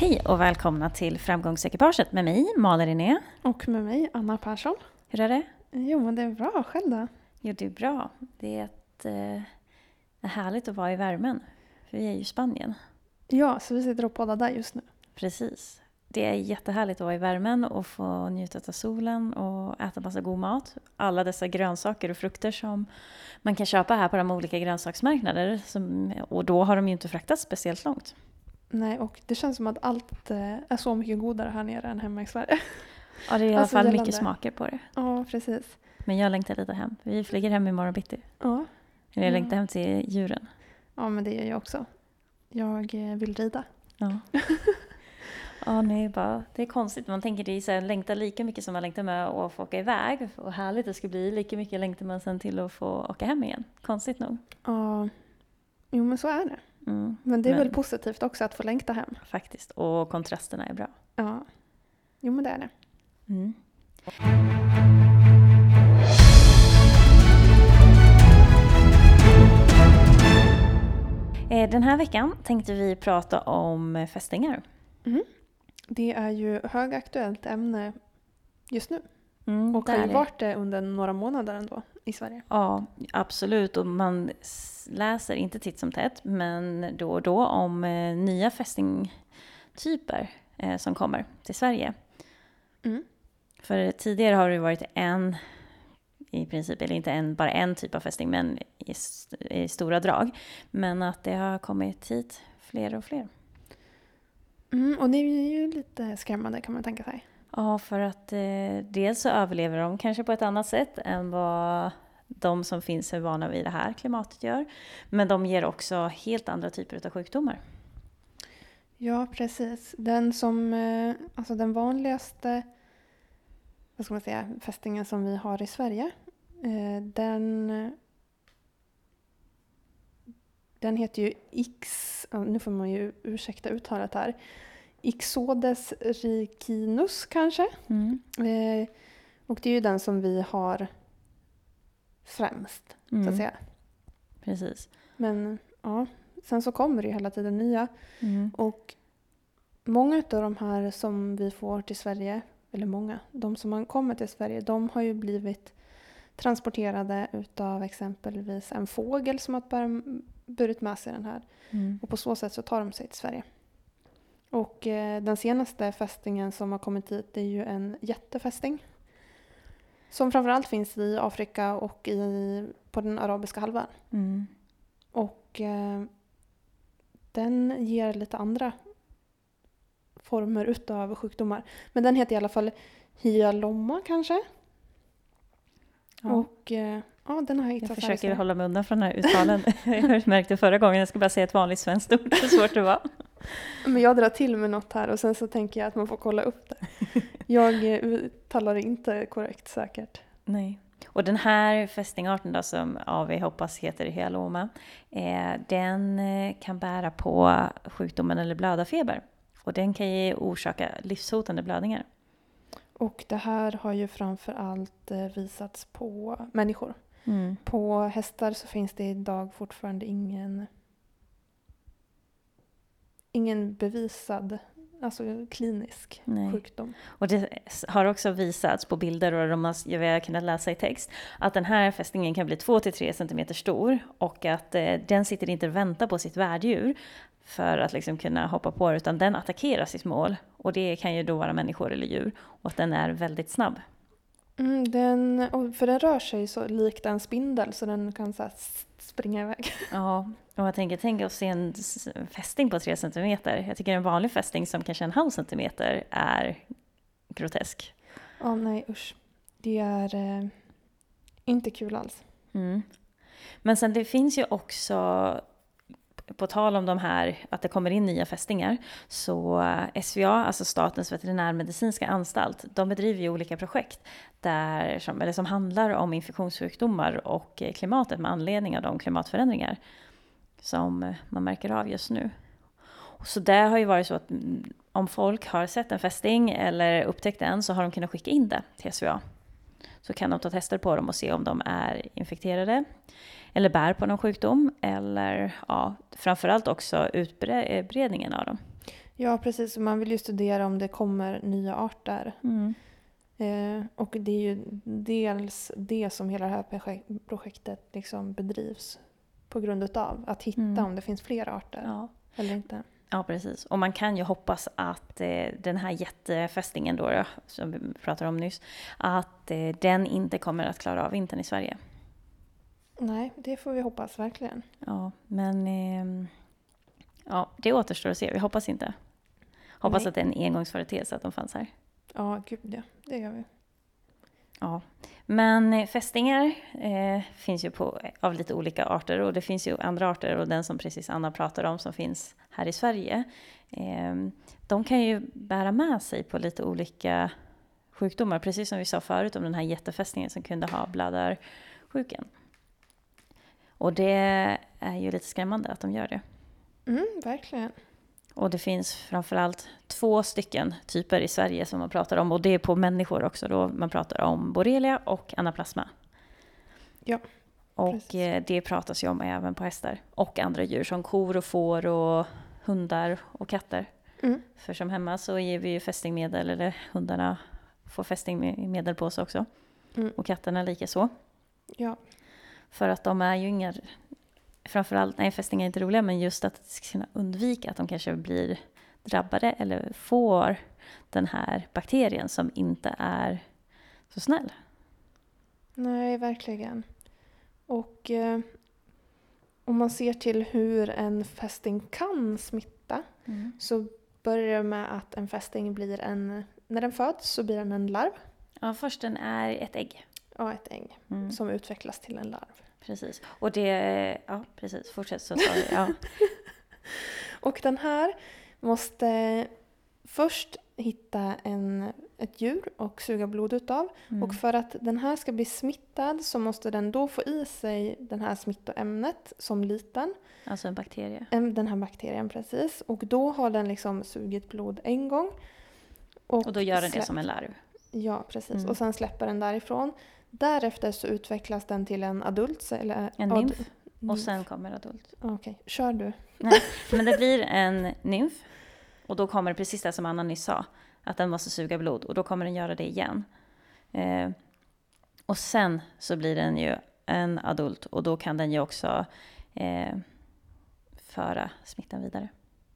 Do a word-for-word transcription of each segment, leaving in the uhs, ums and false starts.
Hej och välkomna till Framgångsekipaget med mig, Malin René. Och med mig, Anna Persson. Hur är det? Jo, men det är bra. Själv då? Jo, det är bra. Det är, ett, eh, är härligt att vara i värmen. För vi är ju i Spanien. Ja, så vi sitter och poddar där just nu. Precis. Det är jättehärligt att vara i värmen och få njuta av solen och äta massa god mat. Alla dessa grönsaker och frukter som man kan köpa här på de olika grönsaksmarknader. Som, och då har de ju inte fraktats speciellt långt. Nej, och det känns som att allt eh, är så mycket godare här nere än hemma i Sverige. Ja, det är i alla Alltså, fall gällande. mycket smaker på det. Ja, precis. Men jag längtar lite hem. Vi flyger hem imorgon bitti. Ja. Eller jag Ja. längtar hem till djuren. Ja, men det gör jag också. Jag eh, vill rida. Ja. Ja, nej, bara, det är konstigt. Man tänker det är så här, längtar lika mycket som man längtar med att få åka iväg. Och härligt det ska bli. Lika mycket längtar man sen till att få åka hem igen. Konstigt nog. Ja, jo men så är det. Mm. Men det är Men- väl positivt också att få längta hem. Faktiskt. Och kontrasterna är bra. Ja, jo men det är det. Mm. Eh, Den här veckan tänkte vi prata om fästingar. Mm. Det är ju högaktuellt ämne just nu. Mm, Och det har är ju det. varit det under några månader ändå i Sverige. Ja, absolut. Och man s- läser inte titt som tätt, men då och då om eh, nya fästingtyper eh, som kommer till Sverige. Mm. För tidigare har det varit en, i princip, eller inte en, bara en typ av fästing, men i, st- i stora drag. Men att det har kommit hit fler och fler. Mm, och det är ju lite skrämmande kan man tänka sig. Ja, för att eh, dels så överlever de kanske på ett annat sätt än vad de som finns är vana vid det här klimatet gör. Men de ger också helt andra typer av sjukdomar. Ja, precis. Den som, eh, alltså den vanligaste, vad ska man säga, fästingen som vi har i Sverige, eh, den, den heter ju X, ja, nu får man ju ursäkta uttalet här, Ixodes ricinus kanske. Mm. Eh, och det är ju den som vi har främst, så att Mm. säga. Precis. Men ja, sen så kommer det ju hela tiden nya. Mm. Och många av de här som vi får till Sverige, eller många, de som har kommit till Sverige, de har ju blivit transporterade utav exempelvis en fågel som har bär- burit med sig den här. Mm. Och på så sätt så tar de sig till Sverige. Och eh, den senaste fästingen som har kommit hit, det är ju en jättefästing. Som framförallt finns i Afrika och i, på den arabiska halvön. Mm. Och eh, den ger lite andra former utav sjukdomar. Men den heter i alla fall hyalomma kanske. Ja. Och eh, ja, den har Jag hittat försöker hålla mig undan från den här uttalen. Jag märkte förra gången, jag ska bara säga ett vanligt svenskt ord, så svårt det var. Men jag drar till med något här och sen så tänker jag att man får kolla upp det. Jag eh, uttalar det inte korrekt säkert. Nej. Och den här fästingarten då, som ja, vi hoppas heter hyaloma, eh, den eh, kan bära på sjukdomen eller blödarfeber. Och den kan ju orsaka livshotande blödningar. Och det här har ju framför allt eh, visats på människor. Mm. På hästar så finns det idag fortfarande ingen ingen bevisad, alltså klinisk Nej. sjukdom. Och det har också visats på bilder och de har, jag har kunnat läsa i text att den här fästingen kan bli två till tre centimeter stor och att eh, den sitter inte och väntar på sitt värddjur för att liksom kunna hoppa på det, utan den attackerar sitt mål, och det kan ju då vara människor eller djur, och att den är väldigt snabb. Mm, den, och för den rör sig så likt en spindel så den kan så här s- springa iväg. Ja, och jag tänker, tänk att se en s- fästing på tre centimeter. Jag tycker en vanlig fästing som kanske en halv centimeter är grotesk. Ja, nej usch. Det är eh, inte kul alls. Mm. Men sen det finns ju också, på tal om de här, att det kommer in nya fästingar, så S V A, alltså Statens veterinärmedicinska anstalt, de bedriver ju olika projekt där, som, eller som handlar om infektionssjukdomar och klimatet med anledning av de klimatförändringar som man märker av just nu. Så det har ju varit så att om folk har sett en fästing eller upptäckt en, så har de kunnat skicka in det till S V A. Så kan de ta tester på dem och se om de är infekterade eller bär på någon sjukdom, eller ja, framförallt också utbredningen av dem. Ja, precis. Man vill ju studera om det kommer nya arter. Mm. Eh, och det är ju dels det som hela det här projek- projektet liksom bedrivs på grund utav. Att hitta Mm. om det finns fler arter Ja. eller inte. Ja, precis. Och man kan ju hoppas att eh, den här jättefästingen då, då, som vi pratade om nyss, att eh, den inte kommer att klara av vintern i Sverige. Nej, det får vi hoppas verkligen. Ja, men eh, ja, det återstår att se. Vi hoppas inte. Hoppas Nej. att det är en engångsföreteelse att de fanns här. Ja, gud ja. Det gör vi. Ja, men eh, fästingar eh, finns ju på, av lite olika arter och det finns ju andra arter och den som precis Anna pratade om som finns här i Sverige. Eh, de kan ju bära med sig på lite olika sjukdomar, precis som vi sa förut om den här jättefästingen som kunde ha blödarsjukan. Och det är ju lite skrämmande att de gör det. Mm, verkligen. Och det finns framförallt två stycken typer i Sverige som man pratar om. Och det är på människor också då. Man pratar om borrelia och anaplasma. Ja, Och precis. eh, det pratas ju om även på hästar. Och andra djur som kor och får och hundar och katter. Mm. För som hemma så ger vi ju fästingmedel. Eller hundarna får fästingmedel på sig också. Mm. Och katterna lika så. Ja. För att de är ju inga... Framförallt, nej fästingar är inte roliga, men just att kunna undvika att de kanske blir drabbade eller får den här bakterien som inte är så snäll. Nej, verkligen. Och eh, om man ser till hur en fästing kan smitta Mm. så börjar det med att en fästing blir en... När den föds så blir den en larv. Ja, först den är ett ägg. Ja, ett ägg Mm. som utvecklas till en larv. Precis. Och det, ja precis, fortsätt så tar vi, ja. Och den här måste först hitta en, ett djur och suga blod utav. Mm. Och för att den här ska bli smittad så måste den då få i sig den här smittoämnet som liten. Alltså en bakterie. Äm, Den här bakterien precis. Och då har den liksom sugit blod en gång. Och då gör den det släppt- som en larv. Ja, precis. Mm. Och sen släpper den därifrån. Därefter så utvecklas den till en adult. Eller, En ad- nymf. Och sen kommer adult. Okej, kör du. Nej, men det blir en nymf. Och då kommer det precis det som Anna nyss sa. Att den måste suga blod. Och då kommer den göra det igen. Eh, och sen så blir den ju en adult. Och då kan den ju också eh, föra smittan vidare.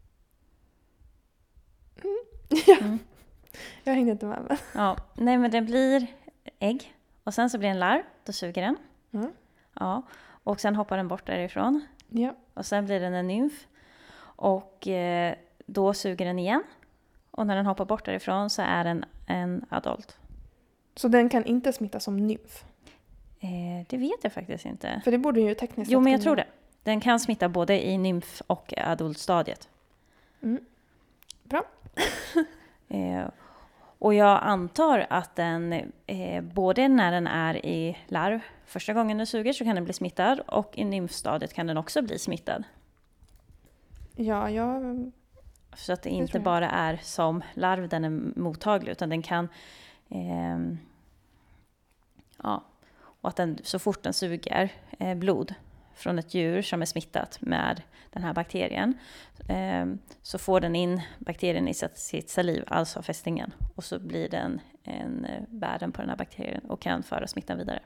Ja, Mm. jag hängde inte med. Men. Ja, nej men det blir ägg. Och sen så blir det en larv. Då suger den. Mm. Ja, och sen hoppar den bort därifrån. Ja. Och sen blir den en nymf. Och eh, då suger den igen. Och när den hoppar bort därifrån så är den en adult. Så den kan inte smitta som nymf? Eh, det vet jag faktiskt inte. För det borde ju tekniskt Jo, sett men jag kunna- tror det. Den kan smitta både i nymf och adultstadiet. Mm. Bra. Eh, och jag antar att den, eh, både när den är i larv, första gången den suger så kan den bli smittad. Och i nymfstadiet kan den också bli smittad. Ja, jag... Så att det Det inte tror jag. bara är som larv den är mottaglig, utan den kan... ehm, ja, och att den, så fort den suger eh, blod från ett djur som är smittat med den här bakterien, ehm, så får den in bakterien i sitt, sitt saliv, alltså fästingen. Och så blir den en eh, värden på den här bakterien och kan föra smittan vidare.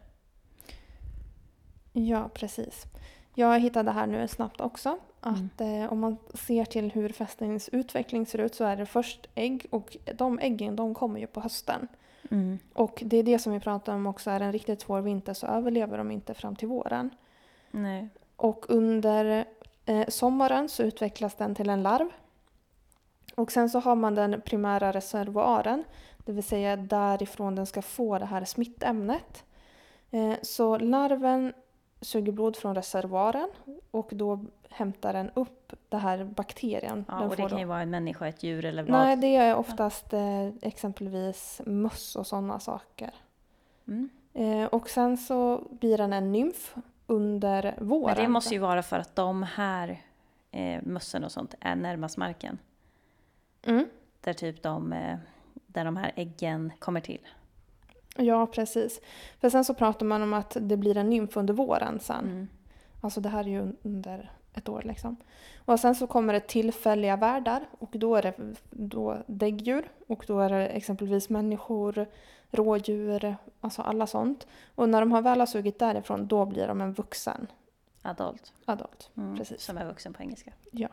Ja, precis. Jag hittade här nu snabbt också att eh, om man ser till hur fästingens utveckling ser ut så är det först ägg och de äggen de kommer ju på hösten. Mm. Och det är det som vi pratar om också, är en riktigt svår vinter så överlever de inte fram till våren. Nej. Och under eh, sommaren så utvecklas den till en larv. Och sen så har man den primära reservoaren, det vill säga därifrån den ska få det här smittämnet. Eh, så larven suger blod från reservoaren och då hämtar den upp det här bakterien. Ja, den och det får kan då. ju vara en människa, ett djur eller vad. Nej, det är oftast eh, exempelvis möss och sådana saker. Mm. Eh, och sen så blir den en nymf under våren. Men det måste ju vara för att de här eh, mössen och sånt är närmast marken. Mm. Där typ de, eh, där de här äggen kommer till. Ja, precis. För sen så pratar man om att det blir en nymf under våren sen. Mm. Alltså det här är ju under ett år liksom. Och sen så kommer det tillfälliga värdar och då är det då däggdjur och då är det exempelvis människor, rådjur, alltså alla sånt. Och när de har väl har sugit därifrån, då blir de en vuxen Adult. adult. Mm. Precis. Som är vuxen på engelska. Ja.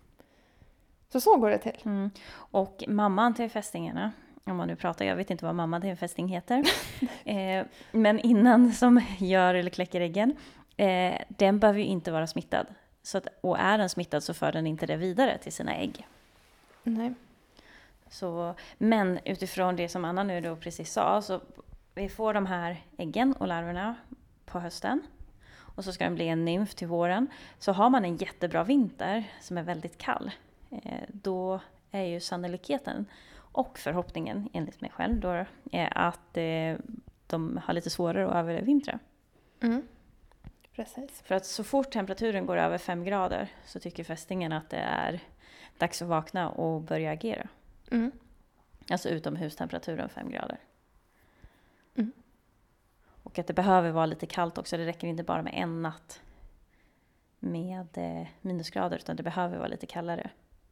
Så så går det till. Mm. Och mamman till fästingarna, om man nu pratar, jag vet inte vad mamman till en fästing heter. eh, men innan som gör eller kläcker äggen, eh, den behöver ju inte vara smittad. Så att, och är den smittad så för den inte det vidare till sina ägg. Nej. Så, men utifrån det som Anna nu då precis sa, så vi får de här äggen och larverna på hösten. Och så ska den bli en nymf till våren. Så har man en jättebra vinter som är väldigt kall, eh, då är ju sannolikheten och förhoppningen, enligt mig själv, då är att eh, de har lite svårare att övervintra. Mm. Precis. För att så fort temperaturen går över fem grader så tycker fästingen att det är dags att vakna och börja agera. Mm. Alltså utomhustemperaturen fem grader. Mm. Och att det behöver vara lite kallt också. Det räcker inte bara med en natt med eh, minusgrader, utan det behöver vara lite kallare.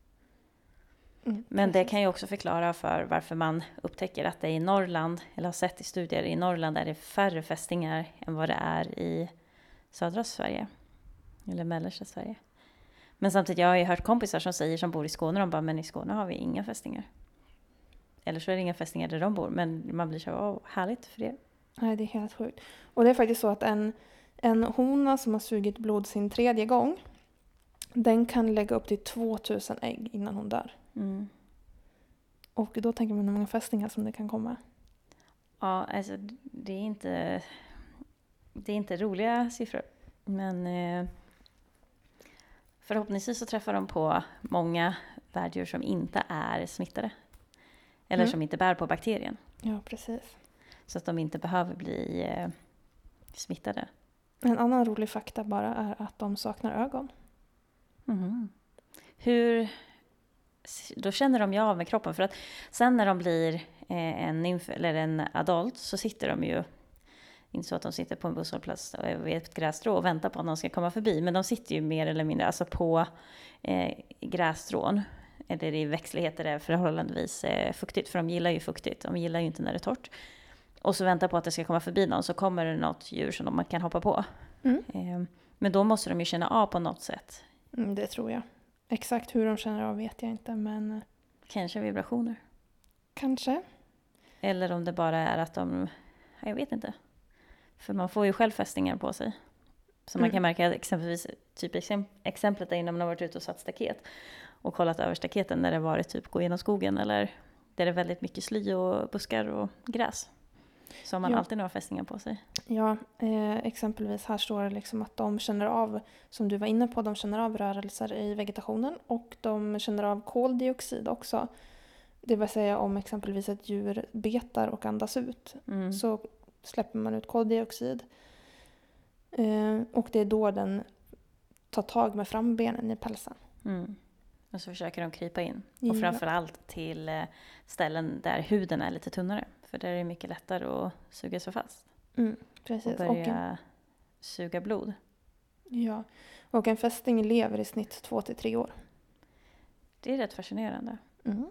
Mm, Men det precis. kan ju också förklara för varför man upptäcker att det i Norrland, eller har sett i studier i Norrland, är det färre fästingar än vad det är i södra Sverige. Eller mellersta Sverige. Men samtidigt, jag har ju hört kompisar som säger, som bor i Skåne, de bara, men i Skåne har vi inga fästingar. Eller så är det inga fästingar där de bor, men man blir så, åh, härligt för det. Nej, det är helt sjukt. Och det är faktiskt så att en, en hona som har sugit blod sin tredje gång, den kan lägga upp till tvåtusen ägg innan hon dör. Mm. Och då tänker man hur många fästingar som det kan komma. Ja, alltså det är inte, det är inte roliga siffror. Men eh, förhoppningsvis så träffar de på många värddjur som inte är smittade. Eller Mm. som inte bär på bakterien. Ja, precis. Så att de inte behöver bli eh, smittade. En annan rolig fakta bara är att de saknar ögon. Mm. Hur... Då känner de ju av med kroppen. För att sen när de blir eh, en nymf eller en adult så sitter de ju... Inte så att de sitter på en busshållplats vid ett grässtrå och väntar på att någon ska komma förbi. Men de sitter ju mer eller mindre alltså på eh, grässtrån. Eller i växtligheter där det är förhållandevis eh, fuktigt. För de gillar ju fuktigt. De gillar ju inte när det är torrt. Och så väntar på att det ska komma förbi någon, så kommer det något djur som man kan hoppa på. Mm. Eh, men då måste de ju känna av på något sätt. Mm, det tror jag. Exakt hur de känner av vet jag inte, men Kanske vibrationer. kanske. Eller om det bara är att de... Jag vet inte. För man får ju själv fästingar på sig. Så man Mm. kan märka exempelvis, typ exemp- exemplet är innan man har varit ute och satt staket. Och kollat över staketen när det varit typ gå genom skogen. Eller där det är väldigt mycket sly och buskar och gräs. Så har man Ja. alltid några fästingar på sig. Ja, eh, exempelvis här står det liksom att de känner av, som du var inne på, de känner av rörelser i vegetationen och de känner av koldioxid också. Det vill säga om exempelvis ett djur betar och andas ut Mm. så släpper man ut koldioxid. Eh, och det är då den tar tag med frambenen i pälsen. Mm. Och så försöker de krypa in. Och Ja. framförallt till eh, ställen där huden är lite tunnare. För där är det mycket lättare att suga sig fast. Mm, Och precis. börja Och en, suga blod. ja. Och en fästing lever i snitt två till tre år. Det är rätt fascinerande. Mm.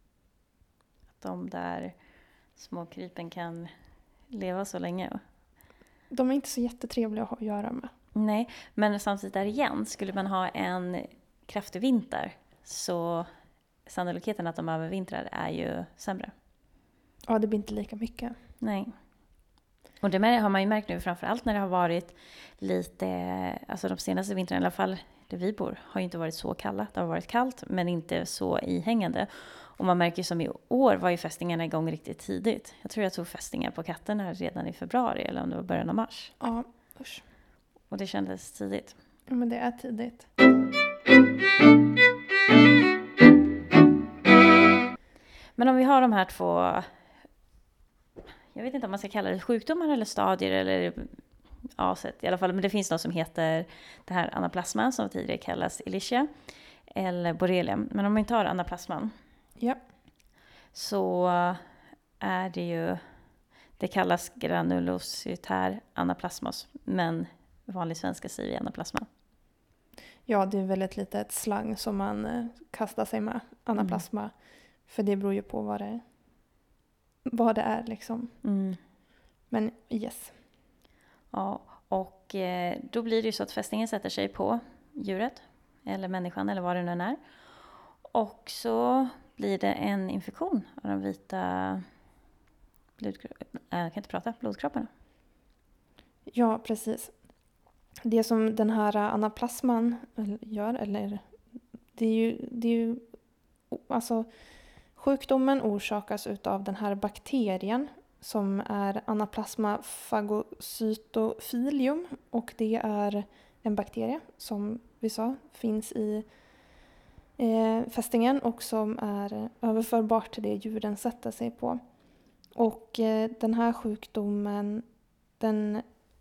Att de där små krypen kan leva så länge. De är inte så jättetrevliga att ha att göra med. Nej, men samtidigt där igen, skulle man ha en kraftig vinter så sannolikheten att de övervintrar är ju sämre. Ja, det blir inte lika mycket. Nej. Och det har man ju märkt nu, framförallt när det har varit lite, alltså de senaste vintrarna i alla fall där vi bor, har ju inte varit så kalla. Det har varit kallt men inte så ihängande. Och man märker som i år var ju fästingarna igång riktigt tidigt. Jag tror jag tog fästingar på katterna redan i februari eller om det var början av mars. Ja, usch. Och det kändes tidigt. Ja, men det är tidigt. Men om vi har de här två, jag vet inte om man ska kalla det sjukdomar eller stadier eller ja, så i alla fall, men det finns något som heter det här anaplasma som tidigare kallas Escherichia eller borrelia. Men om man tar anaplasman Ja. så är det ju, det kallas granulocytär anaplasmos, men vanlig svenska säger vi anaplasma. Ja, det är väldigt litet slang som man eh, kastar sig med, anaplasma. Mm. För det beror ju på vad det, vad det är liksom. Mm. Men yes. Ja, och eh, då blir det ju så att fästingen sätter sig på djuret. Eller människan eller vad det nu är. Och så blir det en infektion av de vita blodkropparna. Jag kan inte prata, blodkropparna. Ja, precis. Det som den här anaplasman gör, eller det är ju, det är ju alltså sjukdomen orsakas utav den här bakterien som är Anaplasma phagocytophilium, och det är en bakterie som vi sa finns i eh, fästingen och som är överförbart till det djuren sätter sig på. Och eh, den här sjukdomen, den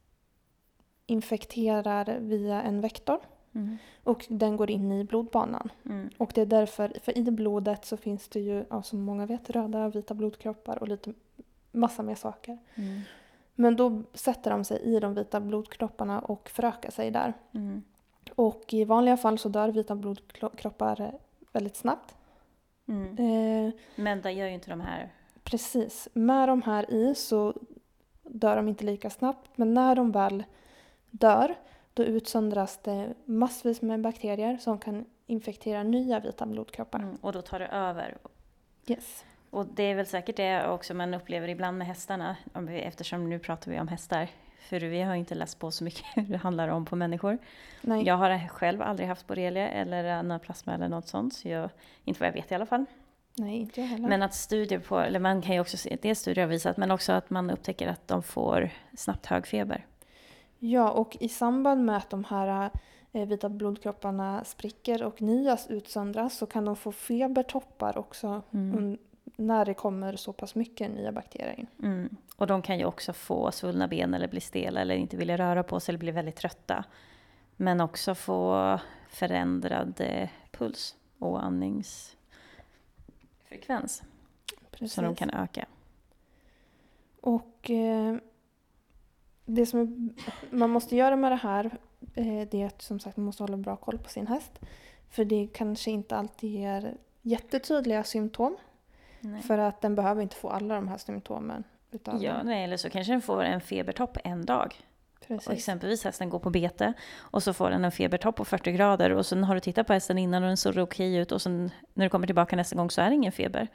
infekterar via en vektor. Mm. Och den går in i blodbanan. Mm. Och det är därför, för i blodet så finns det ju, ja, som många vet, röda och vita blodkroppar och lite massa mer saker. Mm. Men då sätter de sig i de vita blodkropparna och förökar sig där. Mm. Och i vanliga fall så dör vita blodkroppar väldigt snabbt. Mm. Eh, Men det gör ju inte de här. Precis. Med de här i så dör de inte lika snabbt. Men när de väl dör, då utsöndras det massvis med bakterier som kan infektera nya vita blodkroppar. Mm, och då tar det över. Yes. Och det är väl säkert det också man upplever ibland med hästarna. Eftersom nu pratar vi om hästar. För vi har inte läst på så mycket hur det handlar om på människor. Nej. Jag har själv aldrig haft borrelia eller anaplasma eller något sånt. Så jag, inte vad jag vet i alla fall. Nej, inte jag heller. Men att studier på, eller man kan ju också se, det studier har visat, men också att man upptäcker att de får snabbt hög feber. Ja, och i samband med att de här eh, vita blodkropparna spricker och nya utsöndras så kan de få febertoppar också mm. när det kommer så pass mycket nya bakterier in. Mm. Och de kan ju också få svullna ben eller bli stela eller inte vilja röra på sig eller bli väldigt trötta. Men också få förändrad eh, puls och andningsfrekvens. Precis. Så de kan öka. Och eh, det som man måste göra med det här eh, det är att som sagt man måste hålla bra koll på sin häst. För det kanske inte alltid ger jättetydliga symptom. Nej. För att den behöver inte få alla de här symptomen. Utav ja, nej, eller så kanske den får en febertopp en dag. Precis. Och exempelvis hästen går på bete och så får den en febertopp på fyrtio grader och sen har du tittat på hästen innan och den såg okej ut och sen när du kommer tillbaka nästa gång så är det ingen feber.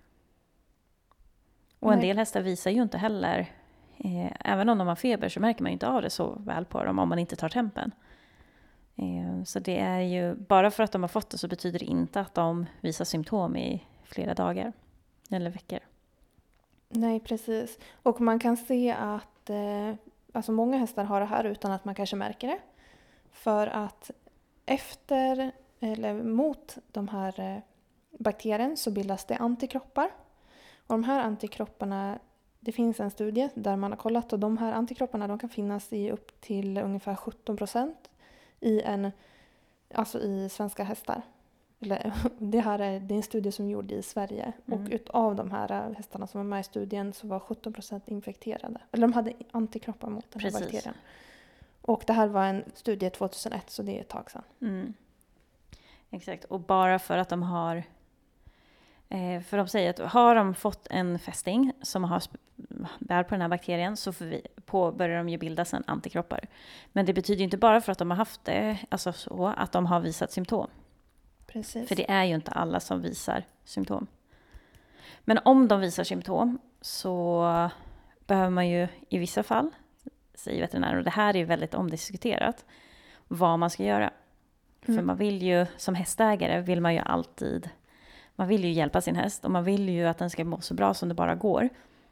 Och nej. En del hästar visar ju inte heller, eh, även om de har feber så märker man ju inte av det så väl på dem om man inte tar tempen. Eh, så det är ju, bara för att de har fått det så betyder det inte att de visar symptom i flera dagar eller veckor. Nej, precis. Och man kan se att eh, alltså många hästar har det här utan att man kanske märker det. För att efter eller mot de här eh, bakterien så bildas det antikroppar. Och de här antikropparna, det finns en studie där man har kollat och de här antikropparna de kan finnas i upp till ungefär sjutton procent i en, alltså i svenska hästar. Det här är, det är en studie som gjordes i Sverige. Mm. Och utav de här hästarna som var med i studien så var sjutton procent infekterade. Eller de hade antikroppar mot den här Precis. bakterien. Och det här var en studie tjugohundraett så det är ett tag sedan. Mm. Exakt, och bara för att de har... Eh, för de säger att har de fått en fästing som har bär på den här bakterien så vi, på, börjar de ju bilda sen antikroppar. Men det betyder ju inte bara för att de har haft det, alltså så, att de har visat symptom. Precis. För det är ju inte alla som visar symptom. Men om de visar symptom så behöver man ju i vissa fall, säger veterinären, och det här är ju väldigt omdiskuterat, vad man ska göra. Mm. För man vill ju, som hästägare vill man ju alltid, man vill ju hjälpa sin häst och man vill ju att den ska må så bra som det bara går.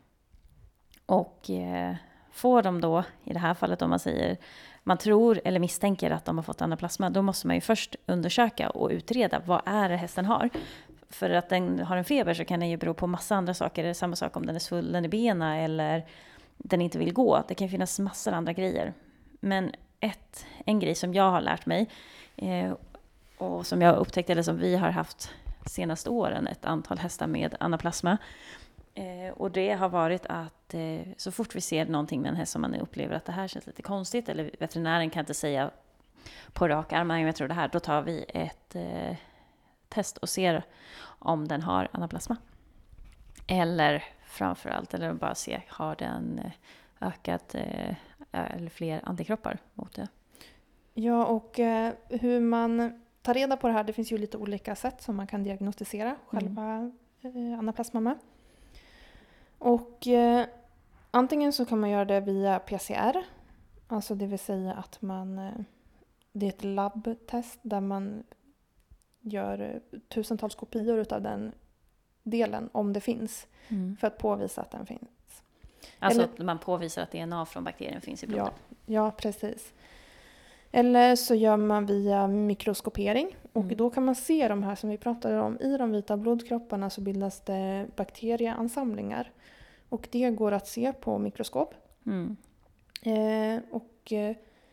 Och eh, får de då, i det här fallet om man säger, man tror eller misstänker att de har fått anaplasma, då måste man ju först undersöka och utreda vad är det hästen har. För att den har en feber så kan det ju bero på massa andra saker. Det är samma sak om den är svullen i benen eller den inte vill gå. Det kan finnas massor andra grejer. Men ett, en grej som jag har lärt mig eh, och som jag har upptäckt eller som vi har haft senaste åren, ett antal hästar med anaplasma. Eh, och det har varit att eh, så fort vi ser någonting med en häst som man upplever att det här känns lite konstigt eller veterinären kan inte säga på rak arm, jag tror det här, då tar vi ett eh, test och ser om den har anaplasma. Eller framförallt, eller bara se, har den ökat eh, eller fler antikroppar mot det. Ja, och eh, hur man tar reda på det här, det finns ju lite olika sätt som man kan diagnostisera själva mm. eh, anaplasma med. Och eh, antingen så kan man göra det via P C R, alltså det vill säga att man, eh, det är ett labbtest där man gör eh, tusentals kopior utav den delen om det finns mm. för att påvisa att den finns. Alltså Eller, att man påvisar att D N A från bakterien finns i blodet. Ja, ja, precis. Eller så gör man via mikroskopering och mm. då kan man se de här som vi pratade om. I de vita blodkropparna så bildas det bakterieansamlingar och det går att se på mikroskop. Mm. Eh, och eh,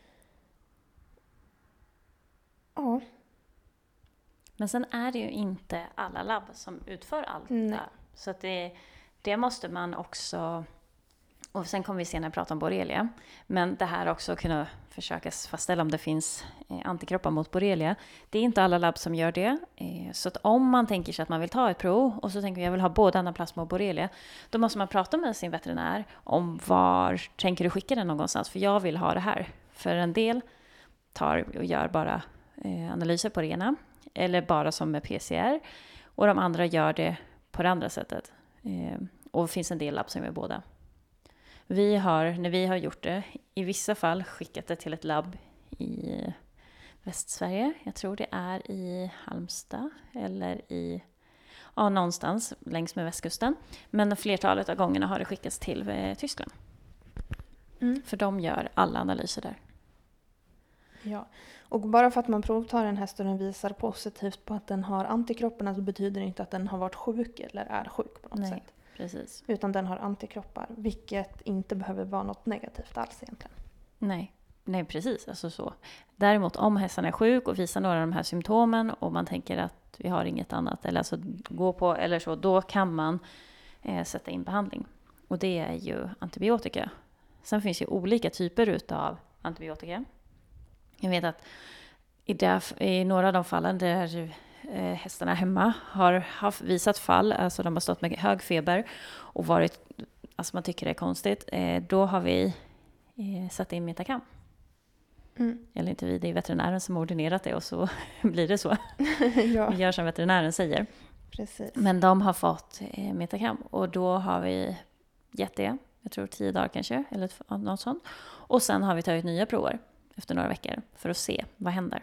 ja. Men sen är det ju inte alla labb som utför allt Nej. det. Så att det, det måste man också... Och sen kommer vi senare prata om borrelia. Men det här också kunna försöka fastställa om det finns eh, antikroppar mot borrelia. Det är inte alla labb som gör det. Eh, så att om man tänker sig att man vill ta ett prov och så tänker jag vill ha både anaplasma och borrelia. Då måste man prata med sin veterinär om var tänker du skicka den någonstans. För jag vill ha det här. För en del tar och gör bara eh, analyser på det ena. Eller bara som med P C R. Och de andra gör det på det andra sättet. Eh, och det finns en del labb som gör båda. Vi har, när vi har gjort det, i vissa fall skickat det till ett labb i Västsverige. Jag tror det är i Halmstad eller i, ja, någonstans längs med västkusten. Men flertalet av gångerna har det skickats till eh, Tyskland. Mm. För de gör alla analyser där. Ja, och bara för att man provtar en häst och den visar positivt på att den har antikropparna så betyder det inte att den har varit sjuk eller är sjuk på något Nej. sätt. Precis. Utan den har antikroppar, vilket inte behöver vara något negativt alls egentligen. Nej, nej precis. Alltså så. Däremot om hästen är sjuk och visar några av de här symptomen och man tänker att vi har inget annat eller alltså gå på eller så, då kan man eh, sätta in behandling. Och det är ju antibiotika. Sen finns ju olika typer utav antibiotika. Jag vet att i, där, i några av de fallen där eh, hästarna hemma har haft, visat fall, alltså de har stått med hög feber och varit, alltså man tycker det är konstigt, eh, då har vi eh, satt in Metacam. Mm. Eller inte vi, det är veterinären som har ordinerat det och så blir det så. Ja. Vi gör som veterinären säger. Precis. Men de har fått eh, Metacam och då har vi gett det, jag tror tio dagar kanske, eller något sånt. Och sen har vi tagit nya prover efter några veckor för att se vad händer.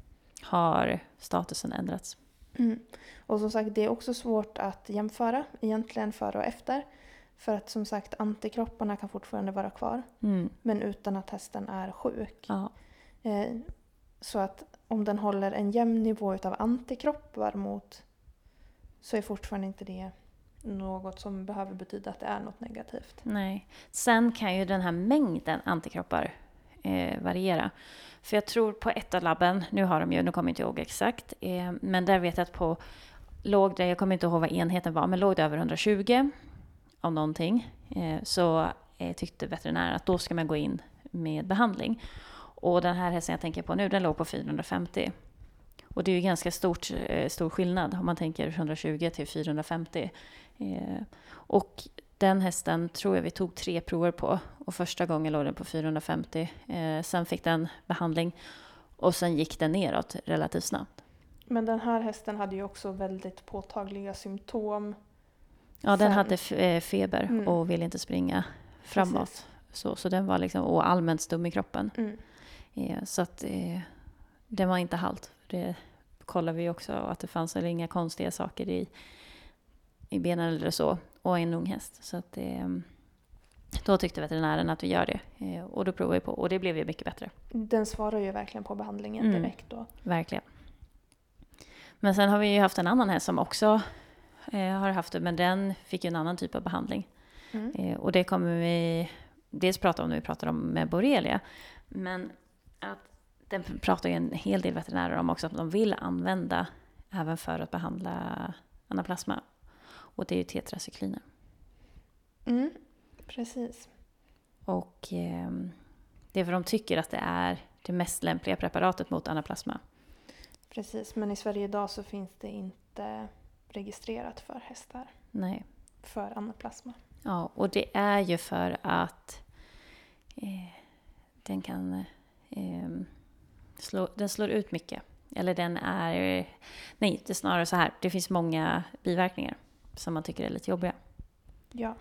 Har statusen ändrats? Mm. Och som sagt, det är också svårt att jämföra egentligen före och efter. För att som sagt, antikropparna kan fortfarande vara kvar. Mm. Men utan att hästen är sjuk. Ja. Eh, så att om den håller en jämn nivå av antikroppar mot, så är fortfarande inte det något som behöver betyda att det är något negativt. Nej. Sen kan ju den här mängden antikroppar eh, variera. För jag tror på ett av labben, nu har de ju, nu kommer jag inte ihåg exakt, eh, men där vet jag att på låg det, jag kommer inte ihåg vad enheten var, men låg det över hundratjugo av någonting, eh, så eh, tyckte veterinären att då ska man gå in med behandling. Och den här hästen jag tänker på nu, den låg på fyrahundrafemtio. Och det är ju ganska stort, eh, stor skillnad om man tänker hundratjugo till fyrahundrafemtio. Eh, och den hästen tror jag vi tog tre prover på. Och första gången låg den på fyrahundrafemtio. Eh, sen fick den behandling. Och sen gick den neråt relativt snabbt. Men den här hästen hade ju också väldigt påtagliga symptom. Ja, den sen hade f- feber mm. och ville inte springa framåt. Så, så den var liksom, och allmänt stum i kroppen. Mm. Eh, så att eh, den var inte halt. Det kollade vi också, att det fanns eller inga konstiga saker i, i benen eller så. Och en ung häst. Så att eh, då tyckte veterinären att vi gör det. Eh, och då provade vi på. Och det blev ju mycket bättre. Den svarar ju verkligen på behandlingen mm. direkt då. Verkligen. Men sen har vi ju haft en annan häst som också eh, har haft det. Men den fick ju en annan typ av behandling. Mm. Eh, och det kommer vi dels prata om när vi pratar om med borrelia. Men att den pratar ju en hel del veterinärer om också att de vill använda även för att behandla anaplasma. Och det är ju tetracykliner. Mm, precis. Och eh, det är för de tycker att det är det mest lämpliga preparatet mot anaplasma. Precis, men i Sverige idag så finns det inte registrerat för hästar. Nej. För anaplasma. Ja, och det är ju för att eh, den kan eh, slå, den slår ut mycket. Eller den är, nej, det är snarare så här, det finns många biverkningar som man tycker är lite jobbiga. Ja.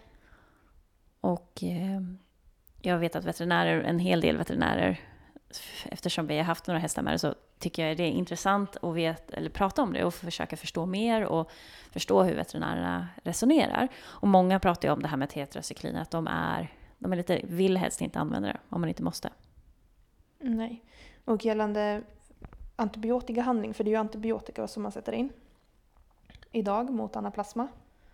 Och eh, jag vet att veterinärer, en hel del veterinärer, eftersom vi har haft några hästar med det, så tycker jag det är intressant att vet, eller prata om det och försöka förstå mer och förstå hur veterinärerna resonerar. Och många pratar ju om det här med tetracyklin, att de är, de är lite, vill helst inte använda det om man inte måste. Nej. Och gällande antibiotikabehandling, för det är ju antibiotika som man sätter in idag mot anaplasma.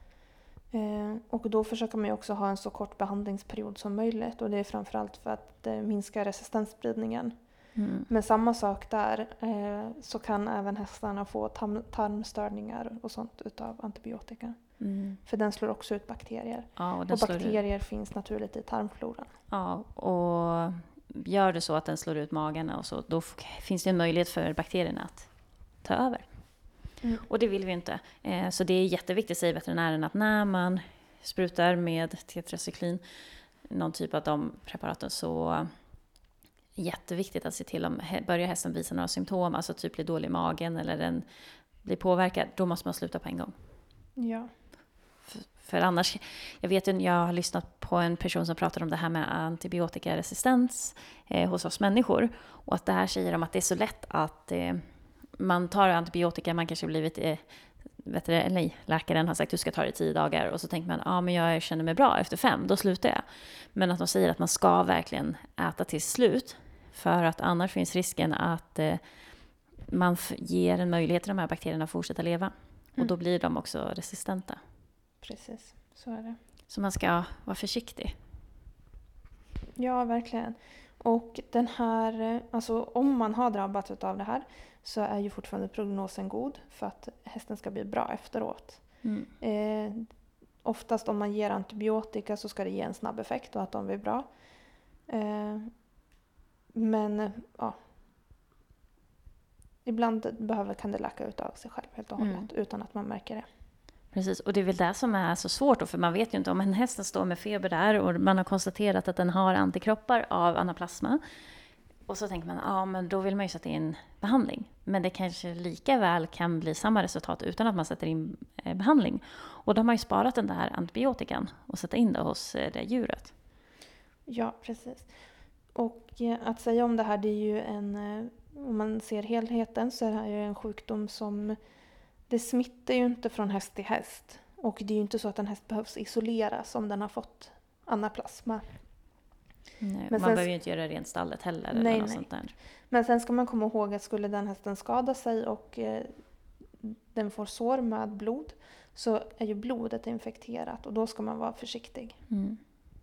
Eh, och då försöker man ju också ha en så kort behandlingsperiod som möjligt, och det är framförallt för att eh, minska resistensspridningen. Mm. Men samma sak där, eh, så kan även hästarna få tarm- tarmstörningar och sånt utav antibiotika. Mm. För den slår också ut bakterier. Ja, och och bakterier ut. finns naturligt i tarmfloran. Ja, och gör det så att den slår ut magen och så, då f- finns det en möjlighet för bakterierna att ta över. Mm. Och det vill vi inte. Eh, så det är jätteviktigt, säger veterinären, att när man sprutar med tetracyklin, någon typ av de preparaten, så jätteviktigt att se till om börjar hästen visa några symptom, alltså typ blir dålig i magen eller den blir påverkad, då måste man sluta på en gång. Ja. För, för annars, jag vet ju, jag har lyssnat på en person som pratar om det här med antibiotikaresistens eh, hos oss människor, och att det här säger de att det är så lätt att eh, man tar antibiotika, man kanske blivit eh, vet du, eller nej, läkaren har sagt du ska ta det i tio dagar, och så tänker man, ja ah, men jag känner mig bra efter fem, då slutar jag. Men att de säger att man ska verkligen äta till slut, för att annars finns risken att eh, man f- ger en möjlighet till de här bakterierna att fortsätta leva. Mm. Och då blir de också resistenta. Precis, så är det. Så man ska vara försiktig. Ja, verkligen. Och den här, alltså om man har drabbats av det här, så är ju fortfarande prognosen god för att hästen ska bli bra efteråt. Mm. Eh, oftast om man ger antibiotika så ska det ge en snabb effekt och att de blir bra. Eh, men ja, ibland behöver, kan det läka ut av sig själv helt och hållet mm. utan att man märker det. Precis, och det är väl det som är så svårt då, för man vet ju inte om en häst står med feber där och man har konstaterat att den har antikroppar av anaplasma. Och så tänker man, ja men då vill man ju sätta in behandling. Men det kanske lika väl kan bli samma resultat utan att man sätter in eh, behandling. Och då har man ju sparat den där antibiotikan och sätta in det hos eh, det djuret. Ja, precis. Och eh, att säga om det här, det är ju en, eh, om man ser helheten så är det här ju en sjukdom som, det smittar ju inte från häst till häst. Och det är ju inte så att en häst behövs isoleras om den har fått anaplasma. Nej, man sen, behöver ju inte göra rent stallet heller. Nej, eller något nej. Sånt där. Men sen ska man komma ihåg att skulle den hästen skada sig och eh, den får sår med blod, så är ju blodet infekterat och då ska man vara försiktig. Mm.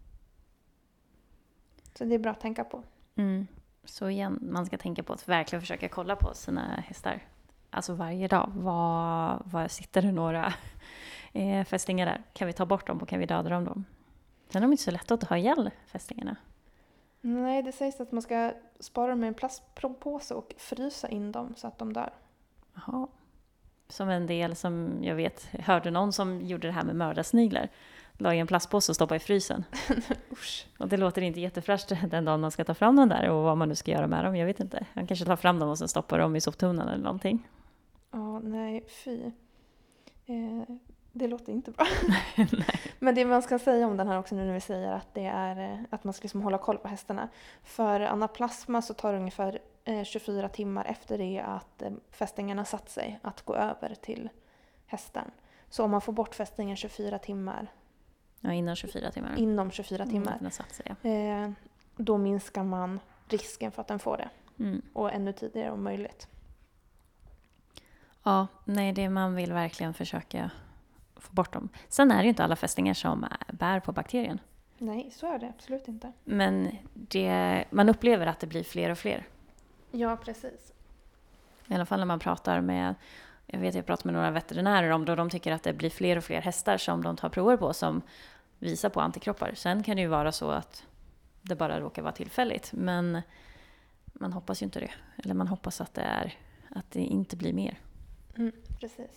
Så det är bra att tänka på. Mm. Så igen, man ska tänka på att verkligen försöka kolla på sina hästar. Alltså varje dag. Var, var sitter det några eh, fästingar där? Kan vi ta bort dem och kan vi döda dem då? Sen är de inte så lätta att ha ihjäl fästingarna. Nej, det sägs att man ska spara dem i en plastpåse och frysa in dem så att de dör. Jaha. Som en del som jag vet, hörde någon som gjorde det här med mördarsniglar. La i en plastpåse och stoppade i frysen. Usch. Och det låter inte jättefräscht den dagen man ska ta fram dem där och vad man nu ska göra med dem. Jag vet inte. Man kanske tar fram dem och sen stoppar dem i soptunnan eller någonting. Ja, nej, fy. Eh, det låter inte bra. Nej. Men det man ska säga om den här också nu när vi säger att det är att man ska liksom hålla koll på hästarna. För anaplasma så tar det ungefär eh, tjugofyra timmar efter det att eh, fästingarna satt sig att gå över till hästen. Så om man får bort fästingen tjugofyra timmar. Ja, innan tjugofyra timmar. Inom tjugofyra timmar. Mm, satt sig, ja. eh, då minskar man risken för att den får det. Mm. Och ännu tidigare om möjligt. Ja, nej, det man vill verkligen försöka få bort dem. Sen är det ju inte alla fästingar som bär på bakterien. Nej, så är det absolut inte. Men det, man upplever att det blir fler och fler. Ja, precis. I alla fall när man pratar med, jag vet jag pratar med några veterinärer om då de tycker att det blir fler och fler hästar som de tar prover på som visar på antikroppar. Sen kan det ju vara så att det bara råkar vara tillfälligt. Men man hoppas ju inte det. Eller man hoppas att det, är, att det inte blir mer. Mm, precis.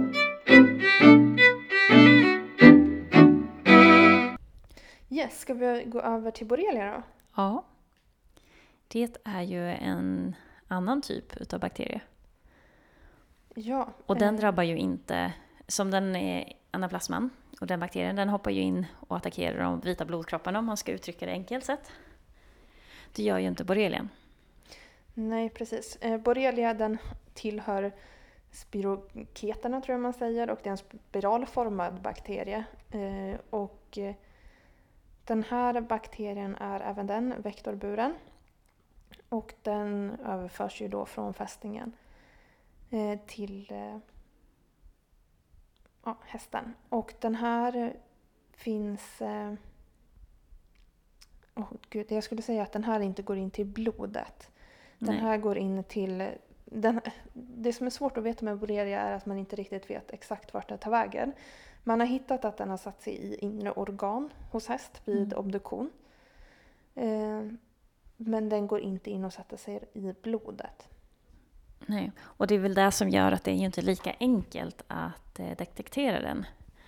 Yes, ska vi gå över till borrelia då? Ja, det är ju en annan typ av bakterie. Ja. Och den eh, drabbar ju inte, som den är anaplasman, och den bakterien den hoppar ju in och attackerar de vita blodkropparna om man ska uttrycka det enkelt sett. Det gör ju inte borrelian. Nej, precis. Eh, borrelia den tillhör spiroketerna tror jag man säger och det är en spiralformad bakterie. Eh, och eh, den här bakterien är även den vektorburen och den överförs ju då från fästingen eh, till eh, ja, hästen. Och den här finns... Eh, oh, gud, jag skulle säga att den här inte går in till blodet. Den Nej. här går in till... Den, det som är svårt att veta med borrelia är att man inte riktigt vet exakt vart den tar vägen. Man har hittat att den har satt sig i inre organ hos häst vid Mm. obduktion. Eh, men den går inte in och sätter sig i blodet. Nej, och det är väl det som gör att det är ju inte lika enkelt att eh, detektera den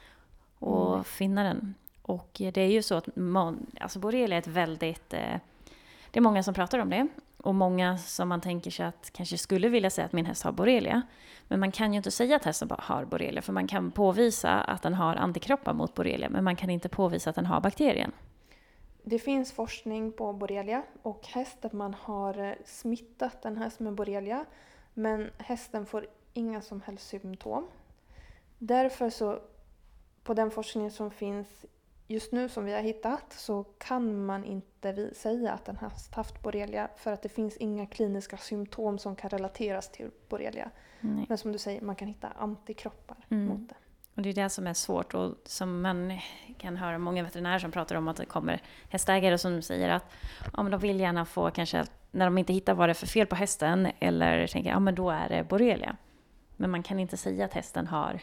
och Mm. finna den. Och eh, det är ju så att man, alltså borrelia är ett väldigt, eh, det är många som pratar om det och många som man tänker sig att kanske skulle vilja säga att min häst har borrelia. Men man kan ju inte säga att hästen har borrelia för man kan påvisa att den har antikroppar mot borrelia men man kan inte påvisa att den har bakterien. Det finns forskning på borrelia och häst där man har smittat en häst med borrelia. Men hästen får inga som helst symptom. Därför så, på den forskning som finns just nu som vi har hittat, så kan man inte vi säga att en häst haft borrelia. För att det finns inga kliniska symptom som kan relateras till borrelia. Nej. Men som du säger, man kan hitta antikroppar Mm. mot det. Och det är det som är svårt och som man kan höra många veterinärer som pratar om att det kommer hästägare som säger att ja, men de vill gärna få kanske när de inte hittar vad det är för fel på hästen eller tänker ja men då är det borrelia. Men man kan inte säga att hästen har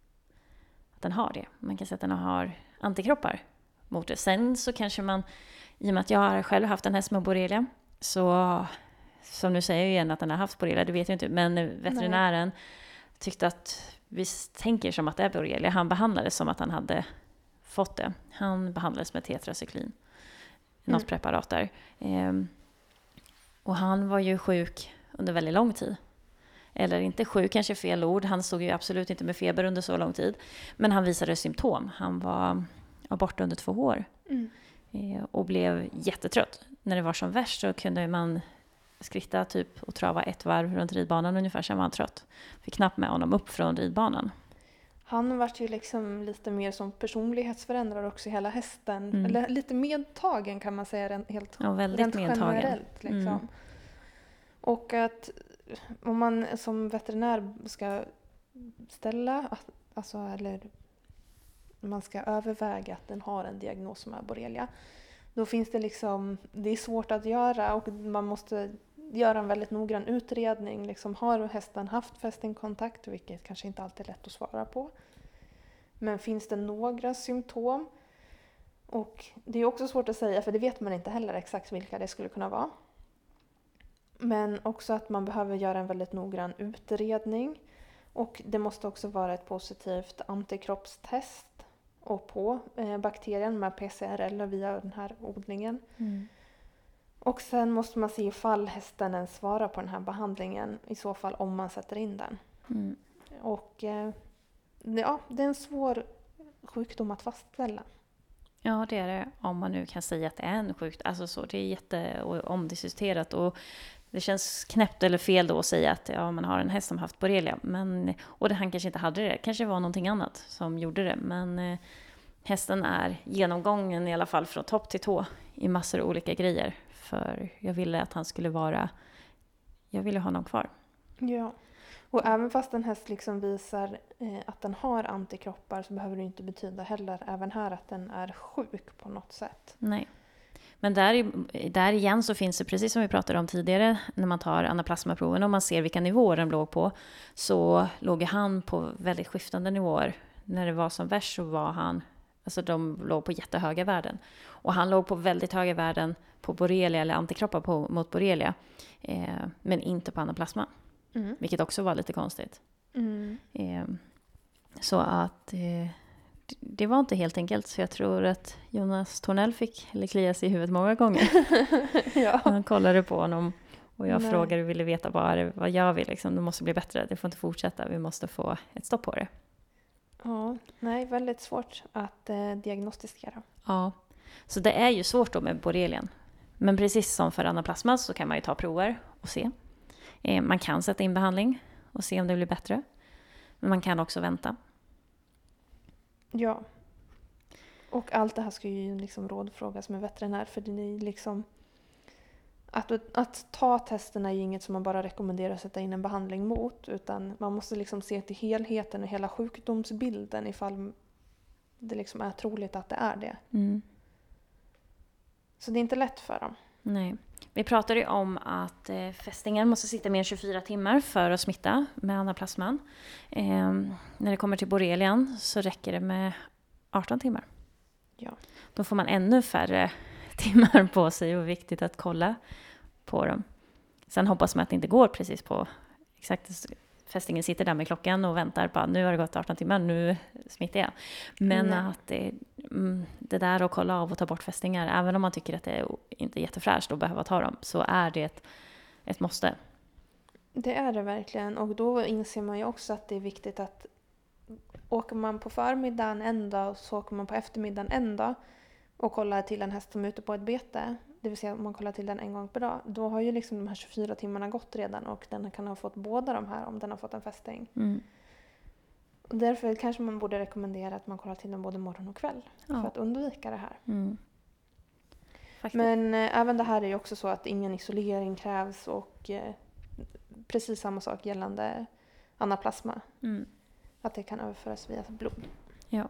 att den har det. Man kan säga att den har antikroppar mot det. Sen så kanske man, i och med att jag har själv haft en häst med borrelia så som du säger igen att den har haft borrelia, det vet jag inte, men veterinären Nej. tyckte att vi tänker som att det är borrelia. Han behandlades som att han hade fått det. Han behandlades med tetracyklin. Något mm. preparat där. Ehm, och han var ju sjuk under väldigt lång tid. Eller inte sjuk, kanske fel ord. Han stod ju absolut inte med feber under så lång tid. Men han visade symptom. Han var, var borta under två år. Mm. Ehm, och blev jättetrött. När det var som värst så kunde man skritta typ och trava ett varv runt ridbanan ungefär, sen var han trött. Fick knappt med honom upp från ridbanan. Han var ju liksom lite mer som personlighetsförändrare också i hela hästen. Mm. Eller lite medtagen kan man säga helt ja, väldigt rent medtagen. Generellt. Liksom. Mm. Och att om man som veterinär ska ställa, alltså, eller man ska överväga att den har en diagnos som är borrelia. Då finns det liksom, det är svårt att göra och man måste göra en väldigt noggrann utredning. Liksom, har hästen haft fästingkontakt, vilket kanske inte alltid är lätt att svara på. Men finns det några symptom? Och det är också svårt att säga, för det vet man inte heller exakt vilka det skulle kunna vara. Men också att man behöver göra en väldigt noggrann utredning. Och det måste också vara ett positivt antikroppstest och på eh, bakterien med P C R eller via den här odlingen. Mm. Och sen måste man se ifall hästen ens svarar på den här behandlingen, i så fall om man sätter in den. Mm. Och eh, ja, det är en svår sjukdom att fastställa. Ja, det är det. Om man nu kan säga att det är en sjukdom. Alltså så, det är jätte omdiskuterat och det känns knäppt eller fel då att säga att ja, man har en häst som haft borrelia. Men, och det, han kanske inte hade det. Kanske var någonting annat som gjorde det. Men eh, hästen är genomgången i alla fall från topp till tå i massor av olika grejer. För jag ville att han skulle vara... Jag ville ha honom kvar. Ja, och även fast en häst liksom visar eh, att den har antikroppar så behöver det inte betyda heller även här att den är sjuk på något sätt. Nej. Men där, där igen så finns det, precis som vi pratade om tidigare, när man tar anaplasmaproven och man ser vilka nivåer den låg på, så låg han på väldigt skiftande nivåer. När det var som värst så var han, Alltså de låg på jättehöga värden. Och han låg på väldigt höga värden på borrelia eller antikroppar på, mot borrelia. Eh, men inte på anaplasma. Mm. Vilket också var lite konstigt. Mm. Eh, så att eh, det var inte helt enkelt. Så jag tror att Jonas Tornell fick eller klia sig i huvudet många gånger. Ja. Han kollade på honom. Och jag Nej. frågade och ville veta vad, vad gör vi liksom. Det måste bli bättre. Det får inte fortsätta. Vi måste få ett stopp på det. Ja, nej, väldigt svårt att eh, diagnostisera. Ja, så det är ju svårt då med borrelian. Men precis som för anaplasma så kan man ju ta prover och se. Eh, man kan sätta in behandling och se om det blir bättre. Men man kan också vänta. Ja. Och allt det här ska ju liksom rådfrågas med veterinär. För det är liksom... Att, att ta testerna är ju inget som man bara rekommenderar att sätta in en behandling mot. Utan man måste liksom se till helheten och hela sjukdomsbilden ifall det liksom är troligt att det är det. Mm. Så det är inte lätt för dem. Nej. Vi pratade ju om att eh, fästingen måste sitta mer än tjugofyra timmar för att smitta med anaplasman. Eh, när det kommer till borrelian så räcker det med arton timmar. Ja. Då får man ännu färre timmar på sig och viktigt att kolla på dem. Sen hoppas man att det inte går precis på exakt. Fästingen sitter där med klockan och väntar på att nu har det gått arton timmar, nu smittar jag. Men Nej. att det, det där att kolla av och ta bort fästingar, även om man tycker att det är inte är jättefräscht att behöva ta dem, så är det ett, ett måste. Det är det verkligen. Och då inser man ju också att det är viktigt att åker man på förmiddagen en dag och så åker man på eftermiddagen en dag och kollar till en häst som är ute på ett bete, det vill säga om man kollar till den en gång per dag, då har ju liksom de här tjugofyra timmarna gått redan och den kan ha fått båda de här om den har fått en fästing. Mm. Och därför kanske man borde rekommendera att man kollar till den både morgon och kväll Ja. för att undvika det här. Mm. Faktiskt. Men eh, även det här är ju också så att ingen isolering krävs och eh, precis samma sak gällande anaplasma. Mm. Att det kan överföras via blod. Ja.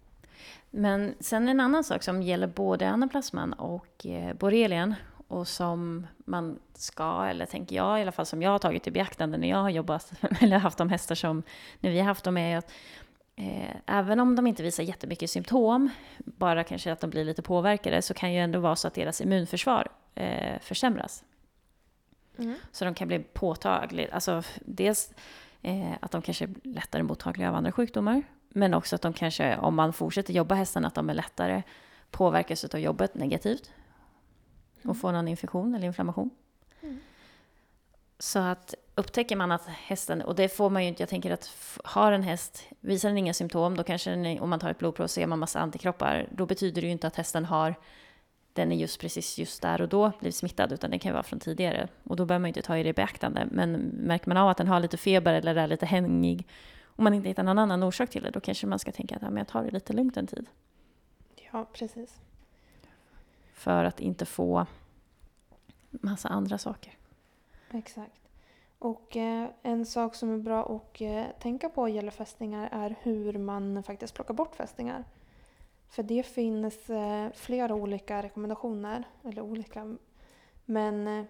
Men sen en annan sak som gäller både anaplasman och eh, borrelian och som man ska, eller tänker jag i alla fall som jag har tagit i beaktande när jag har jobbat eller haft de hästar som när vi har haft dem, är att eh, även om de inte visar jättemycket symptom, bara kanske att de blir lite påverkade, så kan ju ändå vara så att deras immunförsvar eh, försämras. Mm. Så de kan bli påtagligt, alltså dels eh, att de kanske är lättare mottagliga av andra sjukdomar, men också att de kanske, om man fortsätter jobba hästen, att de är lättare påverkas av jobbet negativt och Mm. får någon infektion eller inflammation. Mm. Så att upptäcker man att hästen, och det får man ju inte, jag tänker att f- har en häst, visar den inga symptom, då kanske den, om man tar ett blodprov och ser man massa antikroppar, då betyder det ju inte att hästen har, den är just precis just där och då blivit smittad, utan det kan vara från tidigare. Och då behöver man ju inte ta i det i beaktande. Men märker man av att den har lite feber eller är lite hängig, om man inte hittar någon annan orsak till det, då kanske man ska tänka att ja, men jag tar det lite lugnt en tid. Ja, precis. För att inte få massa andra saker. Exakt. Och eh, en sak som är bra att eh, tänka på gäller fästingar är hur man faktiskt plockar bort fästingar. För det finns eh, flera olika rekommendationer, eller olika, men eh,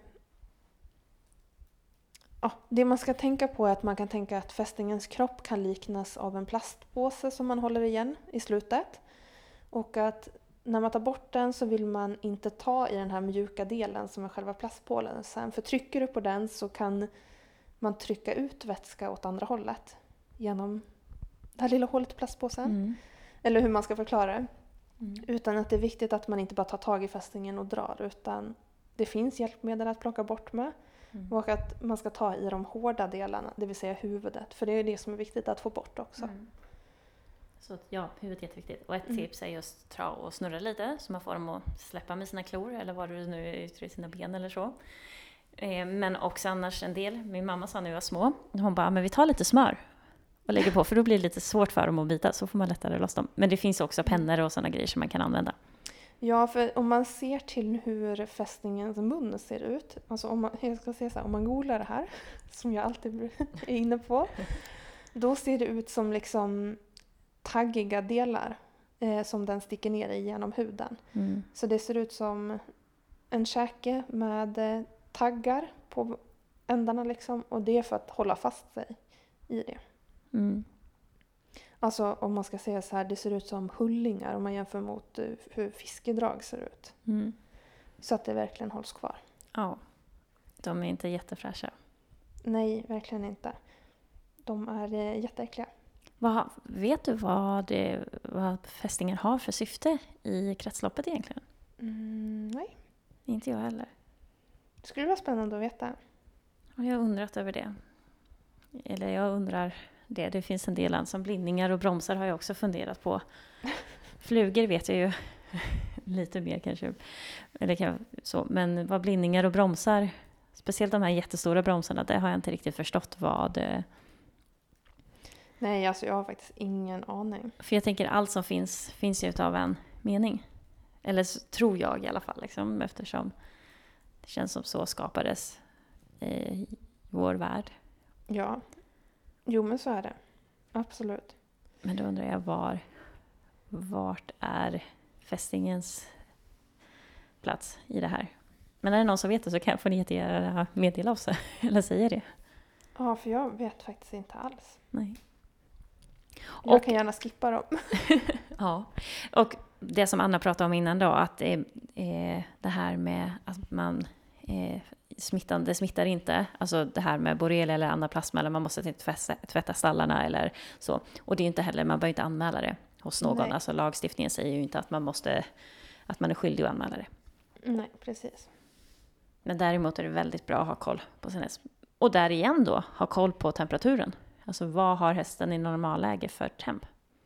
ja, det man ska tänka på är att man kan tänka att fästingens kropp kan liknas av en plastpåse som man håller igen i slutet. Och att när man tar bort den så vill man inte ta i den här mjuka delen som är själva plastpålen. Sen för trycker du på den så kan man trycka ut vätska åt andra hållet genom det här lilla hålet i plastpåsen. Mm. Eller hur man ska förklara det. Mm. Utan att det är viktigt att man inte bara tar tag i fästingen och drar, utan det finns hjälpmedel att plocka bort med. Mm. Och att man ska ta i de hårda delarna, det vill säga huvudet. För det är det som är viktigt att få bort också. Mm. Så att, ja, huvudet är jätteviktigt. Och ett Mm. tips är just dra och snurra lite, så man får dem att släppa med sina klor, eller vad det nu är, ut i sina ben eller så. Eh, men också annars en del, min mamma sa när vi var små, hon bara, men vi tar lite smör och lägger på, för då blir det lite svårt för dem att bita, så får man lättare loss dem. Men det finns också pennor och sådana grejer som man kan använda. Ja, för om man ser till hur fästingens mun ser ut, alltså om man, jag ska säga så här, om man googlar det här, som jag alltid är inne på, då ser det ut som liksom taggiga delar eh, som den sticker ner i genom huden. Mm. Så det ser ut som en käke med eh, taggar på ändarna liksom, och det är för att hålla fast sig i det. Mm. Alltså om man ska säga så här, det ser ut som hullingar om man jämför mot hur fiskedrag ser ut. Mm. Så att det verkligen hålls kvar. Ja, de är inte jättefräscha. Nej, verkligen inte. De är eh, jätteäckliga. Vad, vet du vad, det, vad fästingar har för syfte i kretsloppet egentligen? Mm, nej. Inte jag heller. Det skulle vara spännande att veta. Och jag har undrat över det. Eller jag undrar det. Det finns en del som blindningar och bromsar har jag också funderat på. Flugor vet jag ju lite mer kanske. Eller kan, så. Men vad blindningar och bromsar, speciellt de här jättestora bromsarna, det har jag inte riktigt förstått vad. Nej, alltså jag har faktiskt ingen aning. För jag tänker allt som finns, finns ju utav en mening. Eller så, tror jag i alla fall. Liksom, eftersom det känns som så skapades i vår värld. Ja, jo men så är det. Absolut. Men då undrar jag var, vart är fästingens plats i det här? Men är det någon som vet det så kan, får ni jättegärna meddela oss eller säga det. Ja, för jag vet faktiskt inte alls. Nej. Jag Och, kan gärna skippa dem. ja, och det som Anna pratade om innan då, att det, är det här med att man eh, smittan, det smittar inte, alltså det här med borrelia eller anaplasma, eller man måste inte tvätta, tvätta stallarna eller så. Och det är inte heller, man bör inte anmäla det hos någon. Nej. Alltså lagstiftningen säger ju inte att man måste, att man är skyldig att anmäla det. Nej, precis. Men däremot är det väldigt bra att ha koll på sin häst. Och där igen då, ha koll på temperaturen. Alltså vad har hästen i normalläge för temp?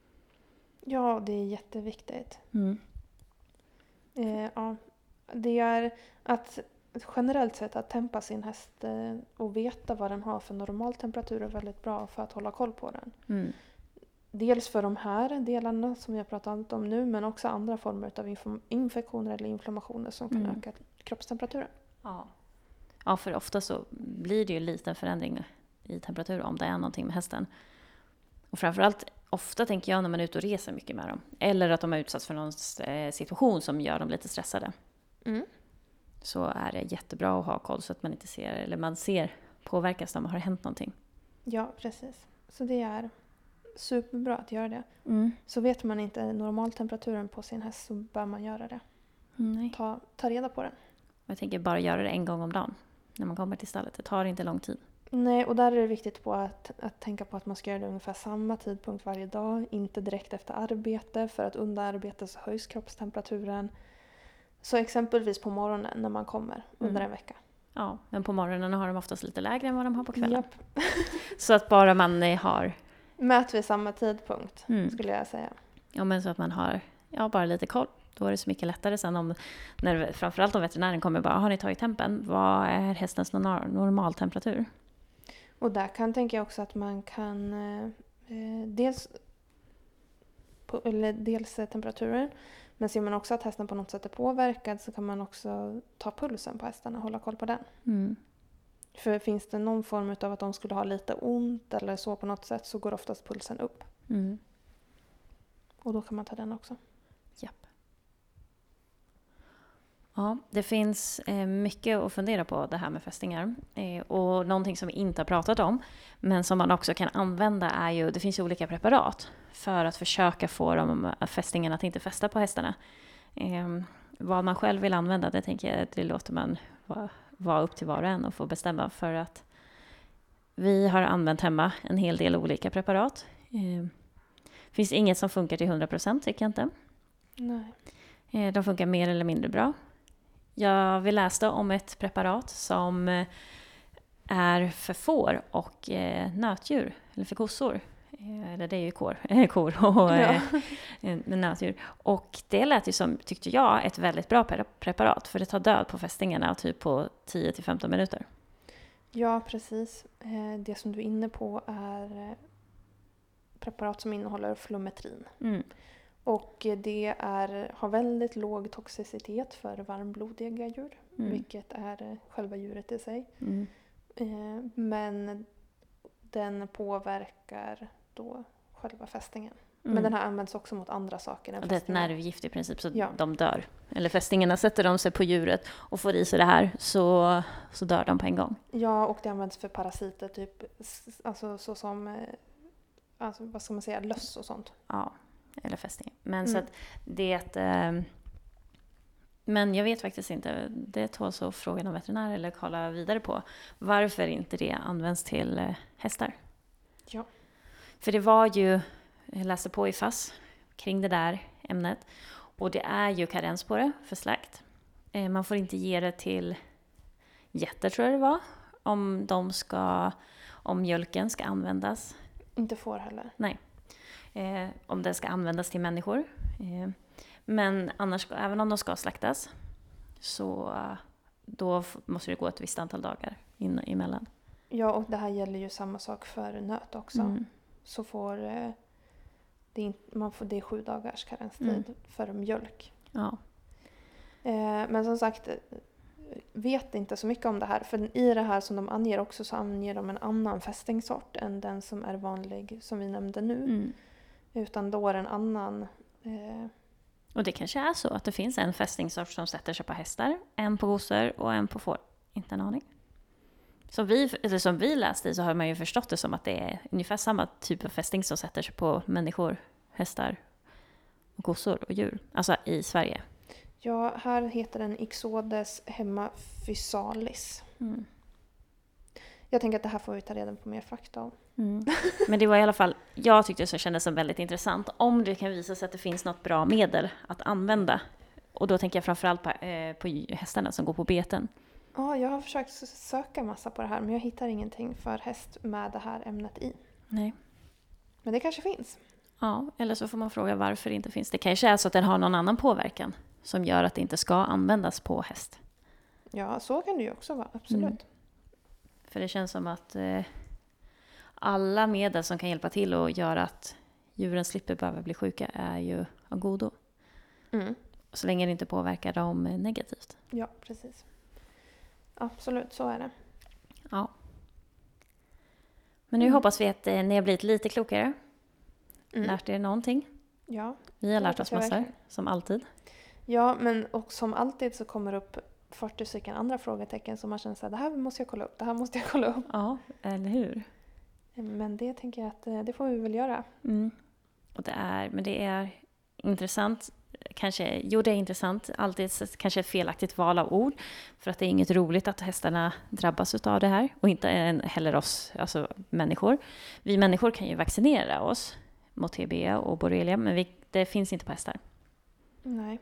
Ja, det är jätteviktigt. Mm. Eh, ja, det är att generellt sett att tempa sin häst eh, och veta vad den har för normal temperatur är väldigt bra för att hålla koll på den. Mm. Dels för de här delarna som vi har pratat om nu, men också andra former av inf- infektioner eller inflammationer som kan Mm. öka kroppstemperaturen. Ja. Ja, för ofta så blir det ju en liten förändring i temperatur om det är någonting med hästen. Och framförallt, ofta tänker jag när man är ute och reser mycket med dem. Eller att de har utsatts för någon situation som gör dem lite stressade. Mm. Så är det jättebra att ha koll så att man inte ser, eller man ser påverkas när man har hänt någonting. Ja, precis. Så det är superbra att göra det. Mm. Så vet man inte normaltemperaturen på sin häst så bör man göra det. Nej. Ta, ta reda på den. Jag tänker bara göra det en gång om dagen när man kommer till stallet. Det tar inte lång tid. Nej, och där är det viktigt på att, att tänka på att man ska göra det ungefär samma tidpunkt varje dag. Inte direkt efter arbete, för att under arbete så höjs kroppstemperaturen. Så exempelvis på morgonen när man kommer under Mm. en vecka. Ja, men på morgonen har de oftast lite lägre än vad de har på kvällen. Japp. Så att bara man eh, har, Mät vid samma tidpunkt Mm. skulle jag säga. ja men så att man har, ja bara lite koll. Då är det så mycket lättare sen om, när, framförallt om veterinären kommer bara, har ni tagit tempen? Vad är hästens normal, normaltemperatur? Och där kan tänka jag också att man kan eh, eh, dels, på, eller dels eh, temperaturen, men ser man också att hästen på något sätt är påverkad så kan man också ta pulsen på hästen och hålla koll på den. Mm. För finns det någon form av att de skulle ha lite ont eller så på något sätt så går oftast pulsen upp. Mm. Och då kan man ta den också. Japp. Ja, det finns eh, mycket att fundera på det här med fästingar. Eh, och någonting som vi inte har pratat om, men som man också kan använda är ju, det finns ju olika preparat för att försöka få de fästingarna att inte fästa på hästarna. Eh, vad man själv vill använda, det tänker jag, det låter man vara, vara upp till var och en och få bestämma, för att vi har använt hemma en hel del olika preparat. Eh, finns inget som funkar till hundra procent, tycker jag inte. Nej. Eh, de funkar mer eller mindre bra. Jag vill läsa om ett preparat som eh, är för får och eh, nötdjur, eller för kossor. Eh, eller det är ju kor, eh, kor och eh, eh, nötdjur. Och det lät ju som, tyckte jag, ett väldigt bra pre- preparat. För det tar död på fästingarna typ på tio till femton minuter. Ja, precis. Eh, det som du är inne på är eh, preparat som innehåller Flumethrin. Mm. Och det är, har väldigt låg toxicitet för varmblodiga djur. Mm. Vilket är eh, själva djuret i sig. Mm. Eh, men den påverkar då själva fästingen. Mm. Men den här används också mot andra saker än Och det är ett fästingar. nervgift i princip, så Ja. de dör. Eller fästingarna, sätter de sig på djuret och får i sig det här, så, så dör de på en gång. Ja, och det används för parasiter, typ s- alltså så som eh, alltså, vad ska man säga, löss och sånt. Ja, eller fästing. Men Mm. så att det... Eh, men jag vet faktiskt inte, det tåls att fråga någon veterinär eller kolla vidare på varför inte det används till eh, hästar. Ja. För det var ju, jag läste på i F A S kring det där ämnet. Och det är ju karens på det för slakt. Eh, man får inte ge det till getter, tror jag det var. Om de ska, om mjölken ska användas. Inte får heller. Nej. Eh, om den ska användas till människor. Eh, men annars, även om de ska slaktas, så uh, då f- måste det gå ett visst antal dagar in, emellan. Ja, och det här gäller ju samma sak för nöt också. Mm. Så får, eh, det, är in, man får, det är sju dagars karenstid Mm. för mjölk. Ja. Eh, men som sagt, eh, vet inte så mycket om det här. För i det här som de anger också så anger de en annan fästingsort än den som är vanlig som vi nämnde nu. Mm. Utan då är det en annan... Eh, Och det kanske är så att det finns en fästingsort som sätter sig på hästar, en på kossor och en på får. Inte en aning. Så vi, eller som vi läste i så har man ju förstått det som att det är ungefär samma typ av fästing som sätter sig på människor, hästar och kossor och djur. Alltså i Sverige. ja, här heter den Ixodes hemaphysalis. Mm. Jag tänker att det här får vi ta reda på mer fakta om. Mm. Men det var i alla fall, jag tyckte det så kändes som väldigt intressant om det kan visa sig att det finns något bra medel att använda. Och då tänker jag framförallt på, eh, på hästarna som går på beten. Ja, jag har försökt söka massa på det här men jag hittar ingenting för häst med det här ämnet i. Nej. Men det kanske finns. Ja, eller så får man fråga varför det inte finns. Det kanske är så att den har någon annan påverkan som gör att det inte ska användas på häst. Ja, så kan det ju också vara, absolut. Mm. För det känns som att eh, alla medel som kan hjälpa till och göra att djuren slipper behöva bli sjuka är ju av godo. Mm. Så länge det inte påverkar dem negativt. Ja, precis. Absolut, så är det. Ja. Men nu Mm. hoppas vi att eh, ni har blivit lite klokare. Mm. Lärt er någonting. Ja. Vi har Det lärt hoppas oss jag massor, verkligen. som alltid. Ja, men och som alltid så kommer upp fyrtio stycken andra frågetecken som man känner så här, det här måste jag kolla upp, det här måste jag kolla upp. Ja, eller hur? Men det tänker jag att eh, det får vi väl göra. Mm. Och det är, men det är intressant. Kanske, jo det är intressant. Alltid ett- kanske ett felaktigt val av ord. För att det är inget roligt att hästarna drabbas av det här. Och inte en- heller oss, alltså människor. Vi människor kan ju vaccinera oss mot T B och borrelia. Men vi, det finns inte på hästar. Nej.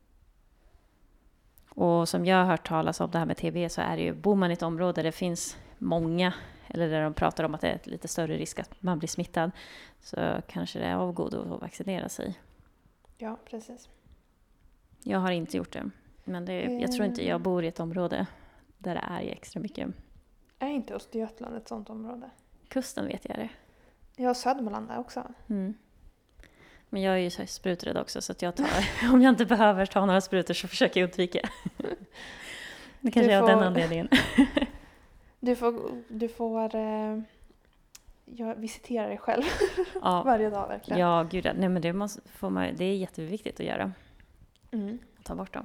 Och som jag har hört talas om det här med T B så är det ju, bor man i ett område där det finns många, eller där de pratar om att det är ett lite större risk att man blir smittad, så kanske det är av godo att vaccinera sig. Ja, precis. Jag har inte gjort det, men det, jag tror inte jag bor i ett område där det är extra mycket. Är inte Östergötland ett sånt område? Kusten vet jag det. Ja, Södermanland är också. Mm. Men jag är ju så spruträdd också, så att jag tar, om jag inte behöver ta några sprutor så försöker jag undvika. Det kanske Du är av får- den anledningen. Du får, du får eh, jag visiterar dig själv Ja, varje dag verkligen. ja gud, nej, men det, måste, får man, det är jätteviktigt att göra. Mm. Att ta bort dem.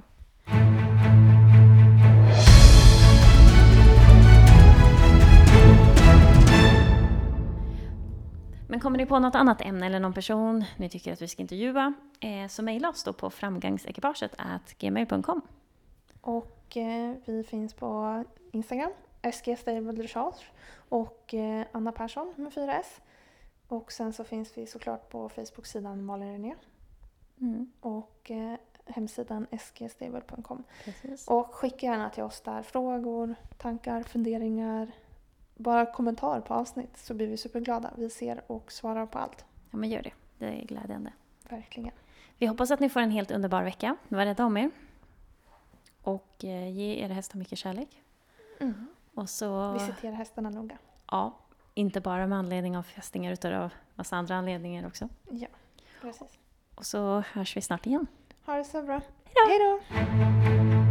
Men kommer ni på något annat ämne eller någon person ni tycker att vi ska intervjua, eh, så mejla oss då på framgångsekipaget at gmail punkt com. Och eh, vi finns på Instagram, S G Stable Dressage och eh, Anna Persson med fyra S. Och sen så finns vi såklart på Facebook-sidan Malin René Mm, och eh, hemsidan s g stable punkt com. precis. Och skicka gärna till oss där frågor, tankar, funderingar, bara kommentar på avsnitt så blir vi superglada. Vi ser och svarar på allt. Ja, men gör det. Det är glädjande. Verkligen. Vi hoppas att ni får en helt underbar vecka. Var rädda om er. Och eh, ge era hästar mycket kärlek. Mm. Och så, Visitera hästarna noga. ja, inte bara med anledning av fästingar utan av massa andra anledningar också. Ja, precis. Och så hörs vi snart igen. Ha det så bra. Hej Hej då!